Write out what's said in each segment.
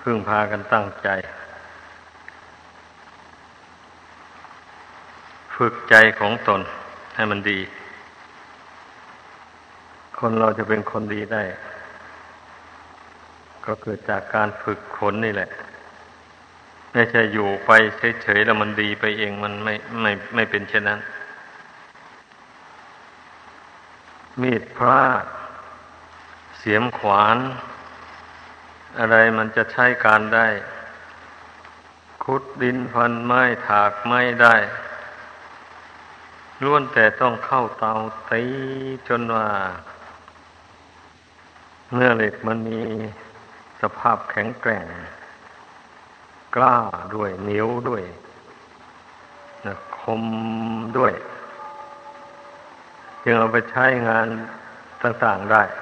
พึ่งพากันตั้งใจฝึกใจของตนให้มันดีคนเราจะเป็นคนดีได้ก็เกิดจากการฝึกฝนนี่แหละไม่ใช่อยู่ไปเฉยๆแล้วมันดีไปเองมันไม่เป็นเช่นนั้นมีดพระเสียมขวานอะไรมันจะใช้การได้ขุดดินฟันไม้ถากไม้ได้ล้วนแต่ต้องเข้าเตาตีจนว่าเนื้อเหล็กมันมีสภาพแข็งแกร่งกล้าด้วยเหนียวด้วยนะคมด้วยจึงเอาไปใช้งานต่างๆได้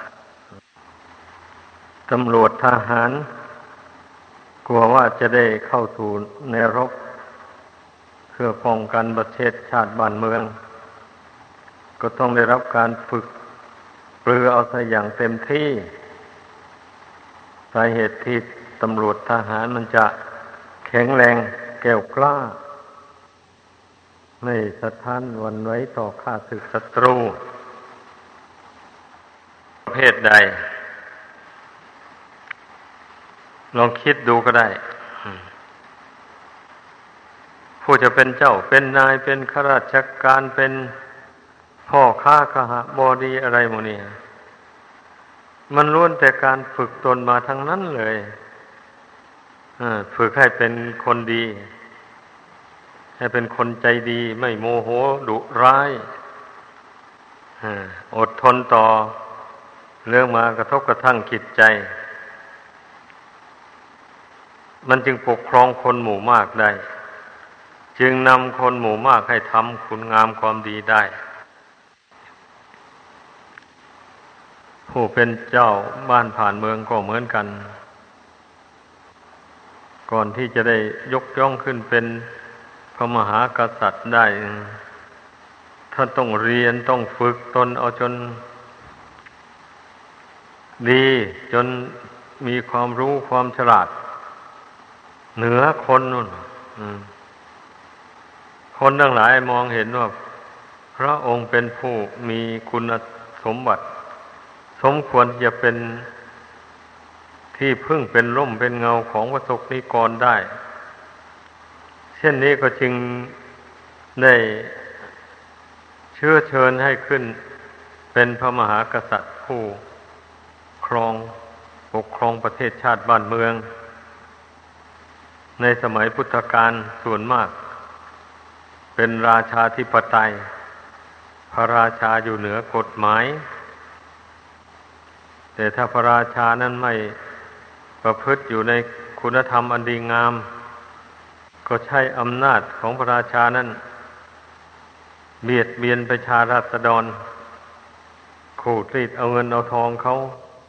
ตำรวจทหารกลัวว่าจะได้เข้าสู่ในรบเพื่อป้องกันประเทศชาติบ้านเมืองก็ต้องได้รับการฝึกปรือเอาซะอย่างเต็มที่สาเหตุที่ตำรวจทหารมันจะแข็งแรงแกร่วกล้าไม่สะท้านหวั่นไหวต่อข้าศึกศัตรูประเภทใดลองคิดดูก็ได้ผู้จะเป็นเจ้าเป็นนายเป็นข้าราชการเป็นพ่อค้าคหบดีอะไรหมดนี่มันล้วนแต่การฝึกตนมาทั้งนั้นเลยฝึกให้เป็นคนดีให้เป็นคนใจดีไม่โมโหดุร้ายอดทนต่อเรื่องมากระทบกระทั่งจิตใจมันจึงปกครองคนหมู่มากได้จึงนำคนหมู่มากให้ทำคุณงามความดีได้ผู้เป็นเจ้าบ้านผ่านเมืองก็เหมือนกันก่อนที่จะได้ยกย่องขึ้นเป็นพระมหากษัตริย์ได้ท่านต้องเรียนต้องฝึกตนเอาจนดีจนมีความรู้ความฉลาดเหนือคนนู่นคนทั้งหลายมองเห็นว่าพระองค์เป็นผู้มีคุณสมบัติสมควรจะเป็นที่พึ่งเป็นร่มเป็นเงาของประสบนิกรได้เช่นนี้ก็จึงได้เชื้อเชิญให้ขึ้นเป็นพระมหากษัตริย์ผู้ปกครองประเทศชาติบ้านเมืองในสมัยพุทธกาลส่วนมากเป็นราชาธิปไตยพระราชาอยู่เหนือกฎหมายแต่ถ้าพระราชานั้นไม่ประพฤติอยู่ในคุณธรรมอันดีงามก็ใช้อำนาจของพระราชานั้นเบียดเบียนประชาราษฎรขูดรีดเอาเงินเอาทองเขา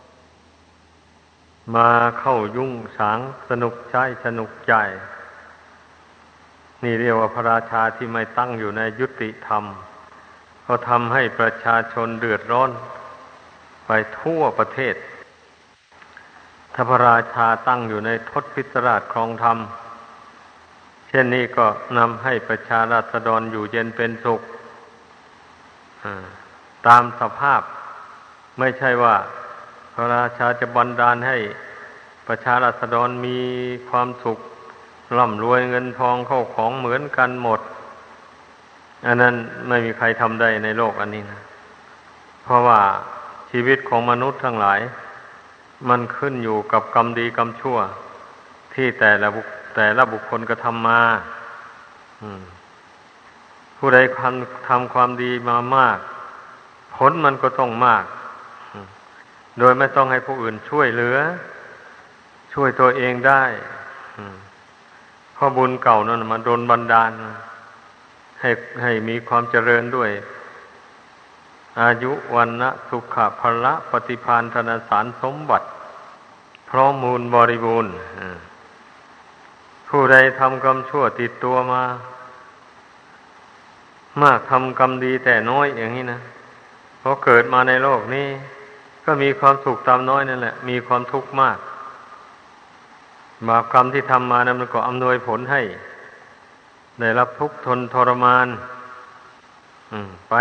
มาเข้ายุ่งสางสนุกใช้สนุกใจนี่เรียกว่าพระราชาที่ไม่ตั้งอยู่ในยุติธรรมก็ทำให้ประชาชนเดือดร้อนไปทั่วประเทศถ้าพระราชาตั้งอยู่ในทศพิศราชครองธรรมเช่นนี้ก็นำให้ประชาราษฎรอยู่เย็นเป็นสุขตามสภาพไม่ใช่ว่าพระราชาจะบันดาลให้ประชาราษฎรมีความสุขร่ำรวยเงินทองเข้าของเหมือนกันหมดอันนั้นไม่มีใครทำได้ในโลกอันนี้นะเพราะว่าชีวิตของมนุษย์ทั้งหลายมันขึ้นอยู่กับกรรมดีกรรมชั่วที่แต่ละบุคคลกระทำมาผู้ใดทำความดีมามากผลมันก็ต้องมากโดยไม่ต้องให้ผู้อื่นช่วยเหลือช่วยตัวเองได้เพราะบุญเก่านั้นมันโดนบันดาลให้มีความเจริญด้วยอายุวันนะสุขะพละปฏิภาณธนสารสมบัติพร้อมมูลบริบูรณ์ผู้ใดทำกรรมชั่วติดตัวมามากทำกรรมดีแต่น้อยอย่างนี้นะพอเกิดมาในโลกนี้ก็มีความสุขตามน้อยนั่นแหละมีความทุกข์มากบาปกรรมที่ทำมานั้นมันก็อำนวยผลให้ได้รับทุกข์ทนทรมานไป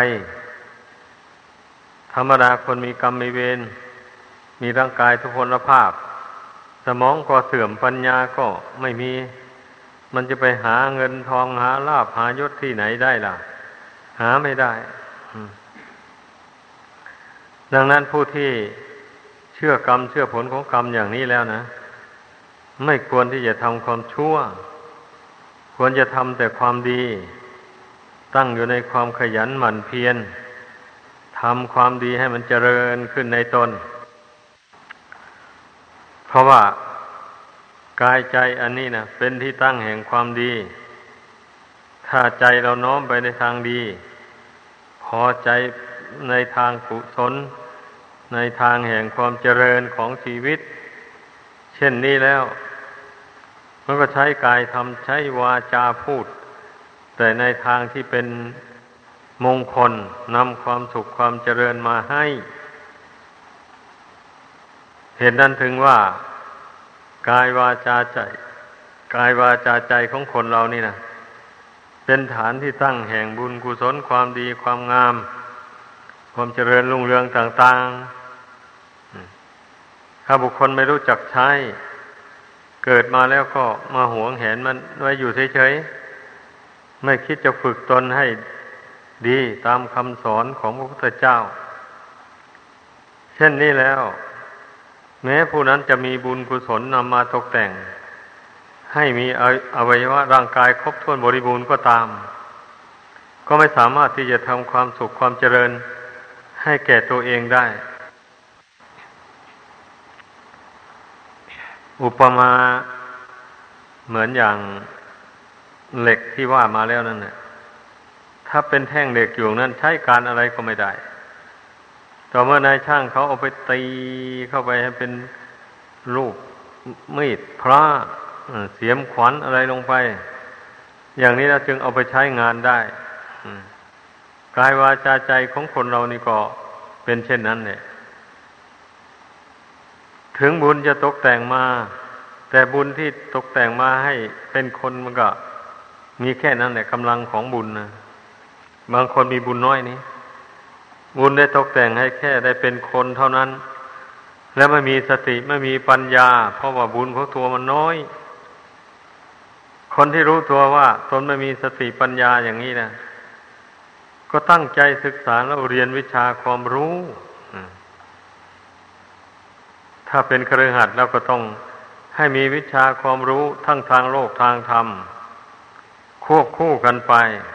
ธรรมดาคนมีกรรมมีเวรมีร่างกายทุพพลภาพสมองก็เสื่อมปัญญาก็ไม่มีมันจะไปหาเงินทองหาลาภหายศที่ไหนได้ล่ะหาไม่ได้ดังนั้นผู้ที่เชื่อกรรมเชื่อผลของกรรมอย่างนี้แล้วนะไม่ควรที่จะทำความชั่วควรจะทำแต่ความดีตั้งอยู่ในความขยันหมั่นเพียรทำความดีให้มันเจริญขึ้นในตนเพราะว่ากายใจอันนี้นะเป็นที่ตั้งแห่งความดีถ้าใจเราน้อมไปในทางดีพอใจในทางกุศลในทางแห่งความเจริญของชีวิตเช่นนี้แล้วมันก็ใช้กายทำใช้วาจาพูดแต่ในทางที่เป็นมงคลนำความสุขความเจริญมาให้เหตุนั้นถึงว่ากายวาจาใจกายวาจาใจของคนเรานี่นะเป็นฐานที่ตั้งแห่งบุญกุศลความดีความงามความเจริญรุ่งเรืองต่างๆถ้าบุคคลไม่รู้จักใช้เกิดมาแล้วก็มาหวงแหนมันไว้อยู่เฉยๆไม่คิดจะฝึกตนให้ดีตามคำสอนของพระพุทธเจ้าเช่นนี้แล้วแม้ผู้นั้นจะมีบุญกุศลนำมาตกแต่งให้มีอวัยวะร่างกายครบถ้วนบริบูรณ์ก็ตามก็ไม่สามารถที่จะทำความสุขความเจริญให้แก่ตัวเองได้อุปมาเหมือนอย่างเหล็กที่ว่ามาแล้วนั่นแหละถ้าเป็นแท่งเหล็กอยู่นั้นใช้การอะไรก็ไม่ได้ต่อเมื่อนายช่างเขาเอาไปตีเข้าไปให้เป็นรูปมีดพระเสียมขวัญอะไรลงไปอย่างนี้แล้วจึงเอาไปใช้งานได้กายวาจาใจของคนเรานี่ก็เป็นเช่นนั้นเนี่ยถึงบุญจะตกแต่งมาแต่บุญที่ตกแต่งมาให้เป็นคนมันก็มีแค่นั้นแหละกำลังของบุญนะบางคนมีบุญน้อยนี้บุญได้ตกแต่งให้แค่ได้เป็นคนเท่านั้นแล้วไม่มีสติไม่มีปัญญาเพราะว่าบุญของตัวมันน้อยคนที่รู้ตัวว่าตนไม่มีสติปัญญาอย่างนี้นะก็ตั้งใจศึกษาแล้วเรียนวิชาความรู้ถ้าเป็นคฤหัสถ์เราก็ต้องให้มีวิชาความรู้ทั้งทางโลกทางธรรมควบคู่กันไป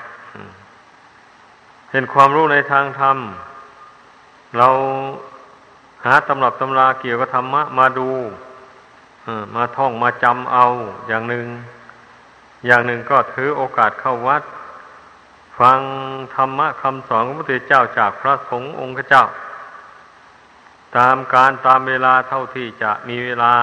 เห็นความรู้ในทางธรรมเราหาตำรับตำราเกี่ยวกับธรรมะมาดูมาท่องมาจำเอาอย่างหนึ่งก็ถือโอกาสเข้าวัดฟังธรรมะคำสอนของพระพุทธเจ้าจากพระสงฆ์องค์เจ้าตามการตามเวลาเท่าที่จะมีเวลา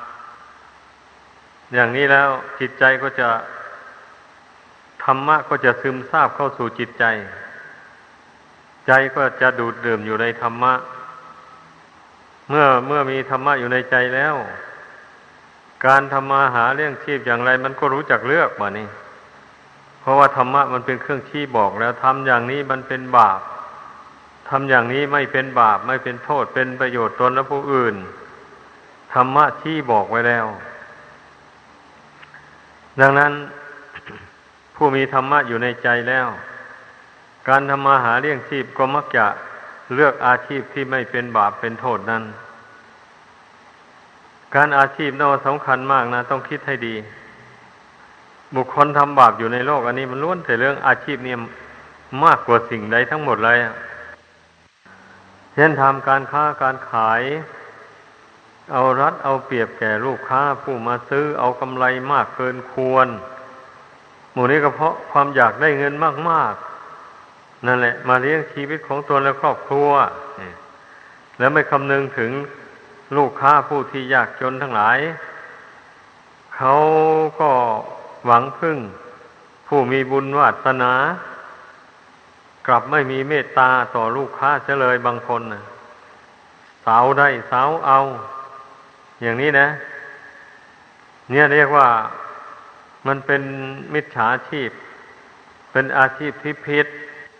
อย่างนี้แล้วจิตใจก็จะธรรมะก็จะซึมซาบเข้าสู่จิตใจใจก็จะดูดดื่มอยู่ในธรรมะเมื่อมีธรรมะอยู่ในใจแล้วการทำมาหาเลี้ยงชีพอย่างไรมันก็รู้จักเลือกมานี่เพราะว่าธรรมะมันเป็นเครื่องชี้บอกแล้วทำอย่างนี้มันเป็นบาปทำอย่างนี้ไม่เป็นบาปไม่เป็นโทษเป็นประโยชน์ตนและผู้อื่นธรรมะชี้บอกไว้แล้วดังนั้นผู้มีธรรมะอยู่ในใจแล้วการทำมาหาเลี้ยงชีพก็มักจะเลือกอาชีพที่ไม่เป็นบาปเป็นโทษนั้นการอาชีพนั้นสำคัญมากนะต้องคิดให้ดีบุคคลทำบาปอยู่ในโลกอันนี้มันล้วนแต่เรื่องอาชีพเนี่ยมากกว่าสิ่งใดทั้งหมดเลยเช่นทำการค้าการขายเอารัดเอาเปรียบแก่ลูกค้าผู้มาซื้อเอากำไรมากเกินควรหมู่นี้ก็เพราะความอยากได้เงินมากๆนั่นแหละมาเลี้ยงชีวิตของตนและครอบครัวแล้วไม่คำนึงถึงลูกค้าผู้ที่ยากจนทั้งหลายเขาก็หวังพึ่งผู้มีบุญวาสนากลับไม่มีเมตตาต่อลูกค้าเสียเลยบางคนนะสาวได้สาวเอาอย่างนี้นะเนี่ยเรียกว่ามันเป็นมิจฉาชีพเป็นอาชีพที่ผิด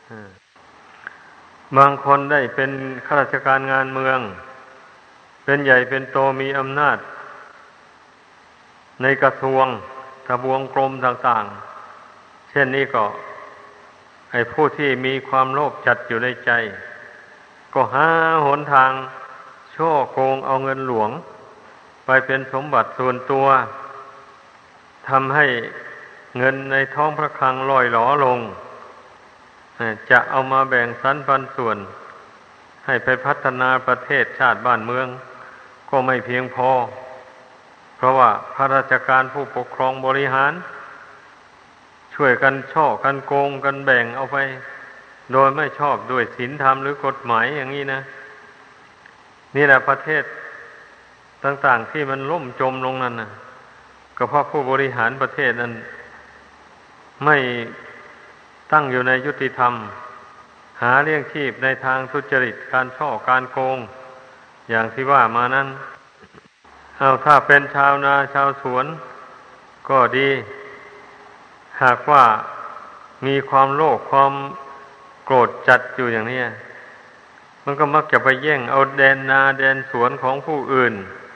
บางคนได้เป็นข้าราชการงานเมืองเป็นใหญ่เป็นโตมีอำนาจในกระทรวงทบวงกรมต่างๆเช่นนี้ก็ไอ้ผู้ที่มีความโลภจัดอยู่ในใจก็หาหนทางช่อโกงเอาเงินหลวงไปเป็นสมบัติส่วนตัวทำให้เงินในท้องพระคลังล่อยหลอลงจะเอามาแบ่งสรรปันส่วนให้ไปพัฒนาประเทศชาติบ้านเมืองก็ไม่เพียงพอเพราะว่าข้าราชการผู้ปกครองบริหารช่วยกันช่อกันโกงกันแบ่งเอาไปโดยไม่ชอบด้วยศีลธรรมหรือกฎหมายอย่างนี้นะนี่แหละประเทศต่างๆที่มันล่มจมลงนั่นนะก็เพราะผู้บริหารประเทศนั้นไม่ตั้งอยู่ในยุติธรรมหาเลี้ยงชีพในทางทุจริตการช่อการโกงอย่างที่ว่ามานั้นเอาถ้าเป็นชาวนาชาวสวนก็ดีหากว่ามีความโลภความโกรธจัดอยู่อย่างนี้มันก็มักจะไปแย่งเอาแดนนาแดนสวนของผู้อื่น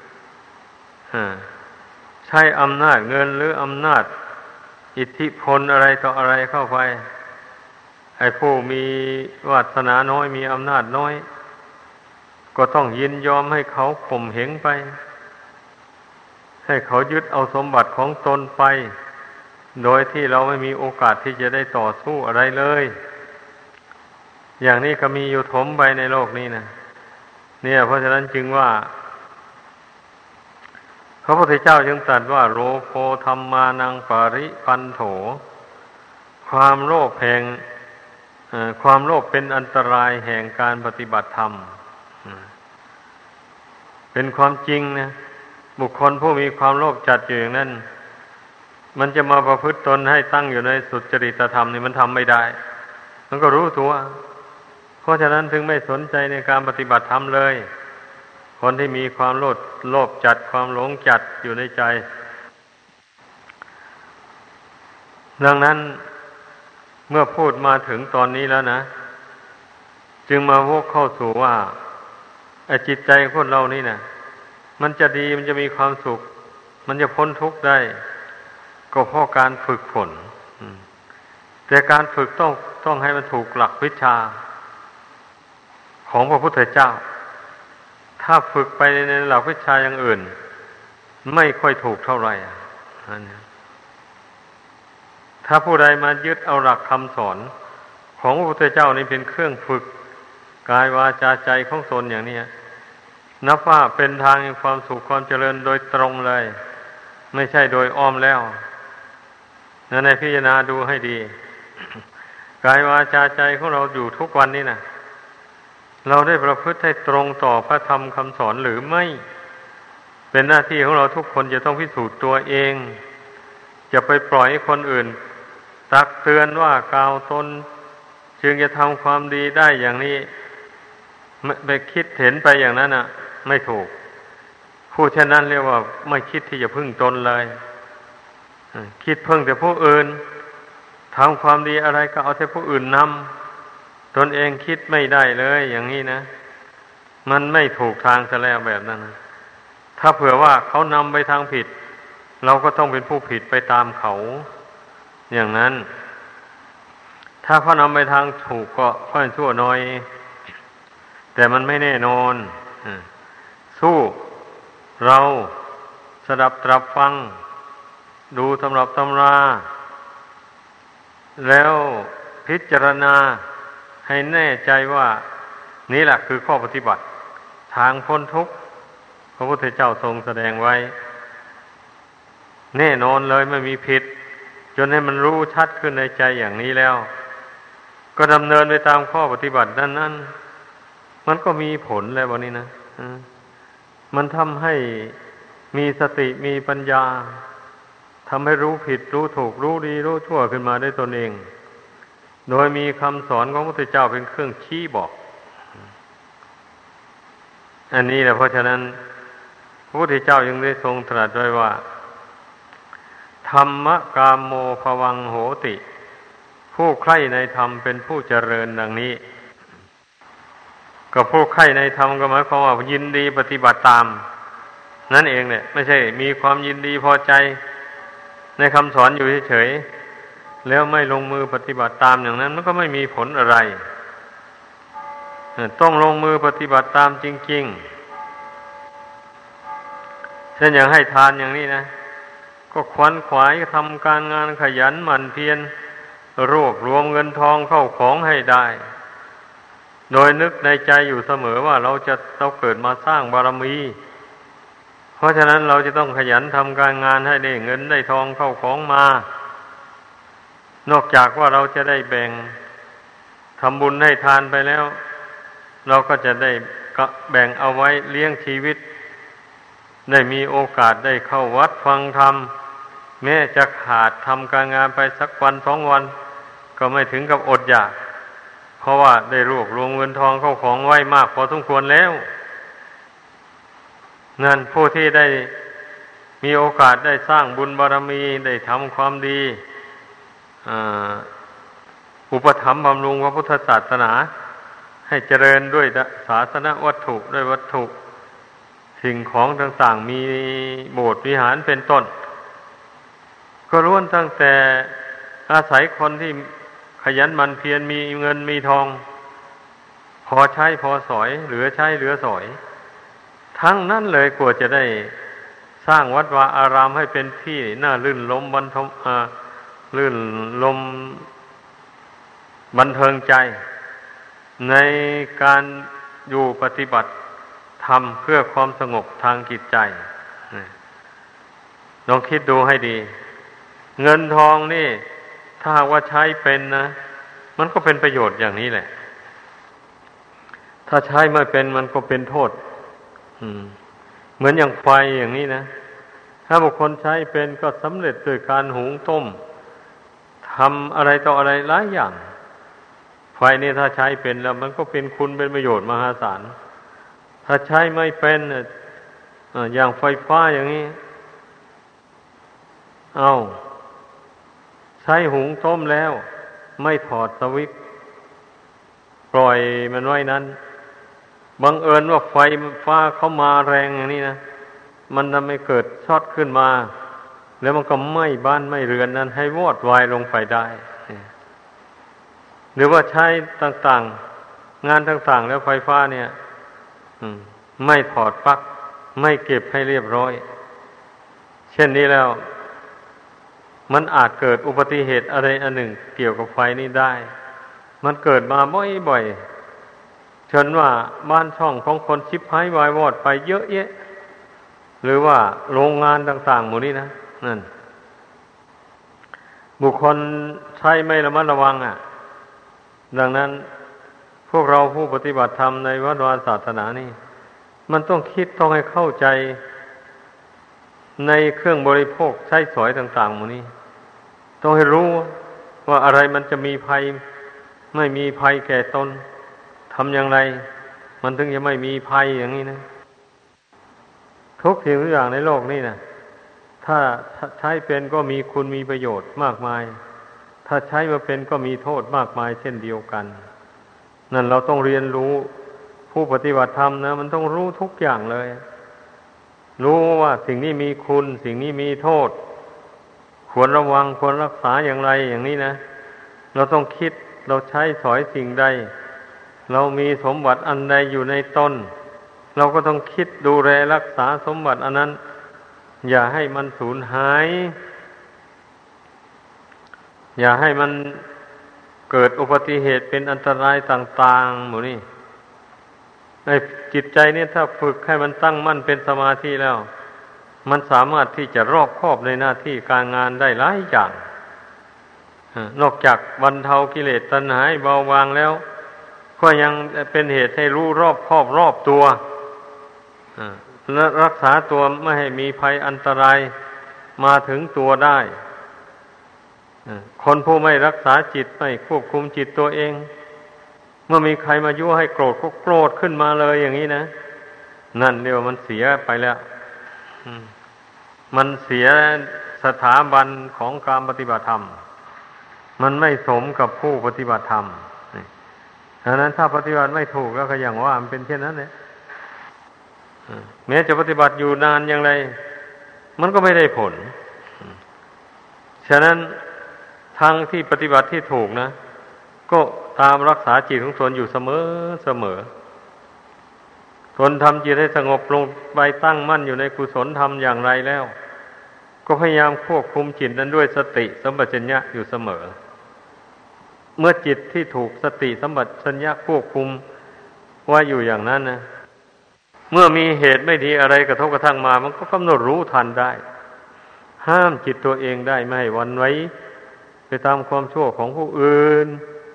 ใช้อำนาจเงินหรืออำนาจอิทธิพลอะไรต่ออะไรเข้าไปไอ้ผู้มีวาสนาน้อยมีอำนาจน้อยก็ต้องยินยอมให้เขาข่มเหงไปให้เขายึดเอาสมบัติของตนไปโดยที่เราไม่มีโอกาสที่จะได้ต่อสู้อะไรเลยอย่างนี้ก็มีอยู่ถมไปในโลกนี้นะเนี่ยเพราะฉะนั้นจึงว่าพระพุทธเจ้าจึงตรัสว่าโลภธัมมานังปริปันโถความโลภเป็นอันตรายแห่งการปฏิบัติธรรมเป็นความจริงนะบุคคลผู้มีความโลภจัดอยู่อย่างนั้นมันจะมาประพฤติตนให้ตั้งอยู่ในสุจริตธรรมนี่มันทำไม่ได้มันก็รู้ตัวเพราะฉะนั้นถึงไม่สนใจในการปฏิบัติธรรมเลยคนที่มีความโลภจัดความหลงจัดอยู่ในใจดังนั้นเมื่อพูดมาถึงตอนนี้แล้วนะจึงมาวกเข้าสู่ว่าจิตใจคนเรานี่นะมันจะดีมันจะมีความสุขมันจะพ้นทุกข์ได้ก็เพราะการฝึกฝนแต่การฝึกต้องให้มันถูกหลักวิชาของพระพุทธเจ้าถ้าฝึกไปในหลักวิชาอย่างอื่นไม่ค่อยถูกเท่าไหร่ถ้าผู้ใดมายึดเอาหลักคำสอนของพระพุทธเจ้านี่เป็นเครื่องฝึกกายวาจาใจของตนอย่างนี้นับว่าเป็นทางแห่งความสุขความเจริญโดยตรงเลยไม่ใช่โดยอ้อมแล้วนั่นในพิจารณาดูให้ดีกายวาจาใจของเราอยู่ทุกวันนี้นะเราได้ประพฤติให้ตรงต่อพระธรรมคำสอนหรือไม่เป็นหน้าที่ของเราทุกคนจะต้องพิสูจน์ตัวเองจะไปปล่อยให้คนอื่นตักเตือนว่ากล่าวตนจึงจะทำความดีได้อย่างนี้ไปคิดเห็นไปอย่างนั้นน่ะไม่ถูกผู้เช่นนั้นเรียกว่าไม่คิดที่จะพึ่งตนเลยคิดพึ่งแต่ผู้อื่นทำความดีอะไรก็เอาแต่ผู้อื่นนำตนเองคิดไม่ได้เลยอย่างนี้นะมันไม่ถูกทางซะแล้วแบบนั้นนะถ้าเผื่อว่าเขานำไปทางผิดเราก็ต้องเป็นผู้ผิดไปตามเขาอย่างนั้นถ้าเขานำไปทางถูกก็ค่อยชั่วน้อยแต่มันไม่แน่นอนสู้เราสดับตรับฟังดูตำรับตำราแล้วพิจารณาให้แน่ใจว่านี่แหละคือข้อปฏิบัติทางพ้นทุกข์พระพุทธเจ้าทรงแสดงไว้แน่นอนเลยไม่มีผิดจนให้มันรู้ชัดขึ้นในใจอย่างนี้แล้วก็ดำเนินไปตามข้อปฏิบัตินั้นมันก็มีผลแล้ววันนี้นะมันทำให้มีสติมีปัญญาทำให้รู้ผิดรู้ถูกรู้ดีรู้ชั่วขึ้นมาได้ตนเองโดยมีคำสอนของพระพุทธเจ้าเป็นเครื่องชี้บอกอันนี้แหละเพราะฉะนั้นพระพุทธเจ้ายังได้ทรงตรัสไว้ว่าธรรมกามโมภวังโหติผู้ใคร่ในธรรมเป็นผู้เจริญดังนี้ก็ผู้ใคร่ในธรรมก็หมายความว่ายินดีปฏิบัติตามนั่นเองเนี่ยไม่ใช่มีความยินดีพอใจในคำสอนอยู่เฉยๆแล้วไม่ลงมือปฏิบัติตามอย่างนั้นมันก็ไม่มีผลอะไรต้องลงมือปฏิบัติตามจริงๆเช่นอย่างให้ทานอย่างนี้นะก็ขวนขวายทำการงานขยันหมั่นเพียรรวบรวมเงินทองเข้าของให้ได้โดยนึกในใจอยู่เสมอว่าเราเกิดมาสร้างบารมีเพราะฉะนั้นเราจะต้องขยันทำการงานให้ได้เงินได้ทองเข้าของมานอกจากว่าเราจะได้แบ่งทำบุญให้ทานไปแล้วเราก็จะได้แบ่งเอาไว้เลี้ยงชีวิตได้มีโอกาสได้เข้าวัดฟังธรรมแม้จะขาดทำการงานไปสักวัน2 วันก็ไม่ถึงกับอดอยากเพราะว่าได้รวบรวมเงินทองเข้าของไว้มากพอสมควรแล้วนั่นผู้ที่ได้มีโอกาสได้สร้างบุญบารมีได้ทำความดีอุปถัมภ์บำรุงพระพุทธศาสนาให้เจริญด้วยศาสนวัตถุด้วยวัตถุสิ่งของต่างๆมีโบสถ์วิหารเป็นต้นก็ล้วนตั้งแต่อาศัยคนที่ขยันหมั่นเพียรมีเงินมีทองพอใช้พอสอยเหลือใช้เหลือสอยทั้งนั้นเลยกว่าจะได้สร้างวัดวาอารามให้เป็นที่น่าลื่นลมลื่นลมบันเทิงใจในการอยู่ปฏิบัติธรรมเพื่อความสงบทางจิตใจลองคิดดูให้ดีเงินทองนี่ถ้าหากว่าใช้เป็นนะมันก็เป็นประโยชน์อย่างนี้แหละถ้าใช้ไม่เป็นมันก็เป็นโทษเหมือนอย่างไฟอย่างนี้นะถ้าบุคคลใช้เป็นก็สำเร็จโดยการหุงต้มทำอะไรต่ออะไรหลายอย่างไฟนี่ถ้าใช้เป็นแล้วมันก็เป็นคุณเป็นประโยชน์มหาศาลถ้าใช้ไม่เป็นอย่างไฟฟ้าอย่างนี้ใช้หุงต้มแล้วไม่ถอดสวิตช์ปล่อยมันไว้นั้นบังเอิญว่าไฟฟ้าเข้ามาแรงอย่างนี้นะมันทำให้เกิดช็อตขึ้นมาแล้วมันก็ไหม้บ้านไหม้เรือนนั้นให้วอดวายลงไปได้หรือว่าใช้ต่างๆงานต่างๆแล้วไฟฟ้าเนี่ยไม่ถอดปลั๊กไม่เก็บให้เรียบร้อยเช่นนี้แล้วมันอาจเกิดอุบัติเหตุอะไรอันหนึ่งเกี่ยวกับไฟนี้ได้มันเกิดมาบ่อยๆจนว่าบ้านช่องของคนชิบหายวายวอดไปเยอะแยะหรือว่าโรงงานต่างๆหมู่นี้นะนั่นบุคคลใช้ไม่ระมัดระวังดังนั้นพวกเราผู้ปฏิบัติธรรมในวัดวาศาสนานี่มันต้องคิดต้องให้เข้าใจในเครื่องบริโภคใช้สอยต่างๆหมู่นี้ต้องให้รู้ว่าอะไรมันจะมีภัยไม่มีภัยแก่ตนทำอย่างไรมันถึงจะไม่มีภัยอย่างนี้นะทุกสิ่งทุกอย่างในโลกนี้นะถ้าใช้เป็นก็มีคุณมีประโยชน์มากมายถ้าใช้มาเป็นก็มีโทษมากมายเช่นเดียวกันนั่นเราต้องเรียนรู้ผู้ปฏิบัติธรรมนะมันต้องรู้ทุกอย่างเลยรู้ว่าสิ่งนี้มีคุณสิ่งนี้มีโทษควรระวังควรรักษาอย่างไรอย่างนี้นะเราต้องคิดเราใช้สอยสิ่งใดเรามีสมบัติอันใดอยู่ในตนเราก็ต้องคิดดูแลรักษาสมบัติอันนั้นอย่าให้มันสูญหายอย่าให้มันเกิดอุบัติเหตุเป็นอันตรายต่างๆหมู่นี้จิตใจนี่ถ้าฝึกให้มันตั้งมั่นเป็นสมาธิแล้วมันสามารถที่จะรอบคอบในหน้าที่การงานได้หลายอย่างนอกจากบรรเทากิเลสตัณหาเบาบางแล้วก็ยังเป็นเหตุให้รู้รอบคอบรอบตัวและรักษาตัวไม่ให้มีภัยอันตรายมาถึงตัวได้คนผู้ไม่รักษาจิตไม่ควบคุมจิตตัวเองเมื่อมีใครมายั่วให้โกรธก็โกรธขึ้นมาเลยอย่างนี้นะนั่นเรียกว่ามันเสียไปแล้วมันเสียสถาบันของการปฏิบัติธรรมมันไม่สมกับผู้ปฏิบัติธรรมดังนั้นถ้าปฏิบัติไม่ถูกแล้วก็อย่างว่ามันเป็นเช่นนั้นเนี่ยแม้จะปฏิบัติอยู่นานอย่างไรมันก็ไม่ได้ผลฉะนั้นทางที่ปฏิบัติที่ถูกนะก็ตามรักษาจิตของตนอยู่เสมอตนทำจิตให้สงบลงไปตั้งมั่นอยู่ในกุศลธรรมอย่างไรแล้วก็พยายามควบคุมจิตนั้นด้วยสติสัมปชัญญะอยู่เสมอเมื่อจิตที่ถูกสติสัมปชัญญะควบคุมว่าอยู่อย่างนั้นนะเมื่อมีเหตุไม่ดีอะไรกระทบกระทั่งมามันก็กำหนดรู้ทันได้ห้ามจิตตัวเองได้ไม่ให้หวั่นไหวไปตามความชั่วของผู้อื่น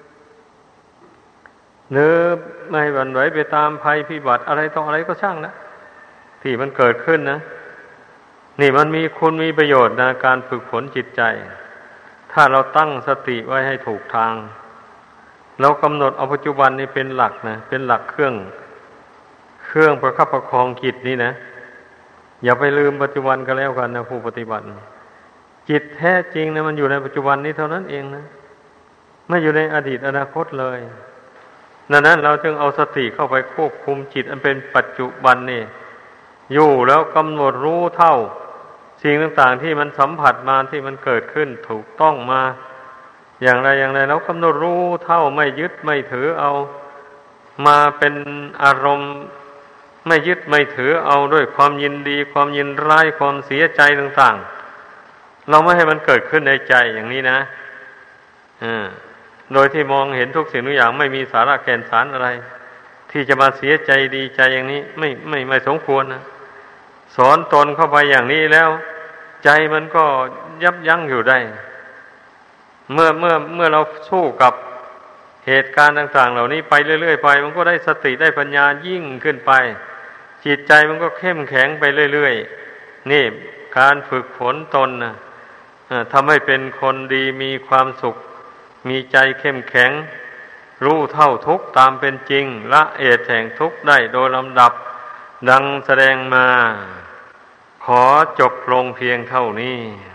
หรือไม่ให้หวั่นไหวไปตามภัยพิบัติอะไรต่ออะไรก็ช่างนะที่มันเกิดขึ้นนะนี่มันมีคุณมีประโยชน์ในการฝึกฝนจิตใจถ้าเราตั้งสติไว้ให้ถูกทางเรากำหนดเอาปัจจุบันนี้เป็นหลักนะเป็นหลักเครื่องประคับประคองจิตนี่นะอย่าไปลืมปัจจุบันก็แล้วกันนะผู้ปฏิบัติจิตแท้จริงนะมันอยู่ในปัจจุบันนี้เท่านั้นเองนะไม่อยู่ในอดีตอนาคตเลยดังนั้นเราจึงเอาสติเข้าไปควบคุมจิตอันเป็นปัจจุบันนี่อยู่แล้วกำหนดรู้เท่าสิ่งต่างๆที่มันสัมผัสมาที่มันเกิดขึ้นถูกต้องมาอย่างไรแล้วกำหนดรู้เท่าไม่ยึดไม่ถือเอามาเป็นอารมณ์ไม่ยึดไม่ถือเอาด้วยความยินดีความยินร้ายความเสียใจต่างๆเราไม่ให้มันเกิดขึ้นในใจอย่างนี้นะโดยที่มองเห็นทุกสิ่งทุกอย่างไม่มีสาระแก่นสารอะไรที่จะมาเสียใจดีใจอย่างนี้ไม่สมควรนะสอนตนเข้าไปอย่างนี้แล้วใจมันก็ยับยั้งอยู่ได้เมื่อเราสู้กับเหตุการณ์ต่างๆเหล่านี้ไปเรื่อยๆไปมันก็ได้สติได้ปัญญายิ่งขึ้นไปจิตใจมันก็เข้มแข็งไปเรื่อยๆนี่การฝึกฝนตนนะทำให้เป็นคนดีมีความสุขมีใจเข้มแข็งรู้เท่าทุกข์ตามเป็นจริงละเหตุแห่งทุกข์ได้โดยลำดับดังแสดงมาขอจบลงเพียงเท่านี้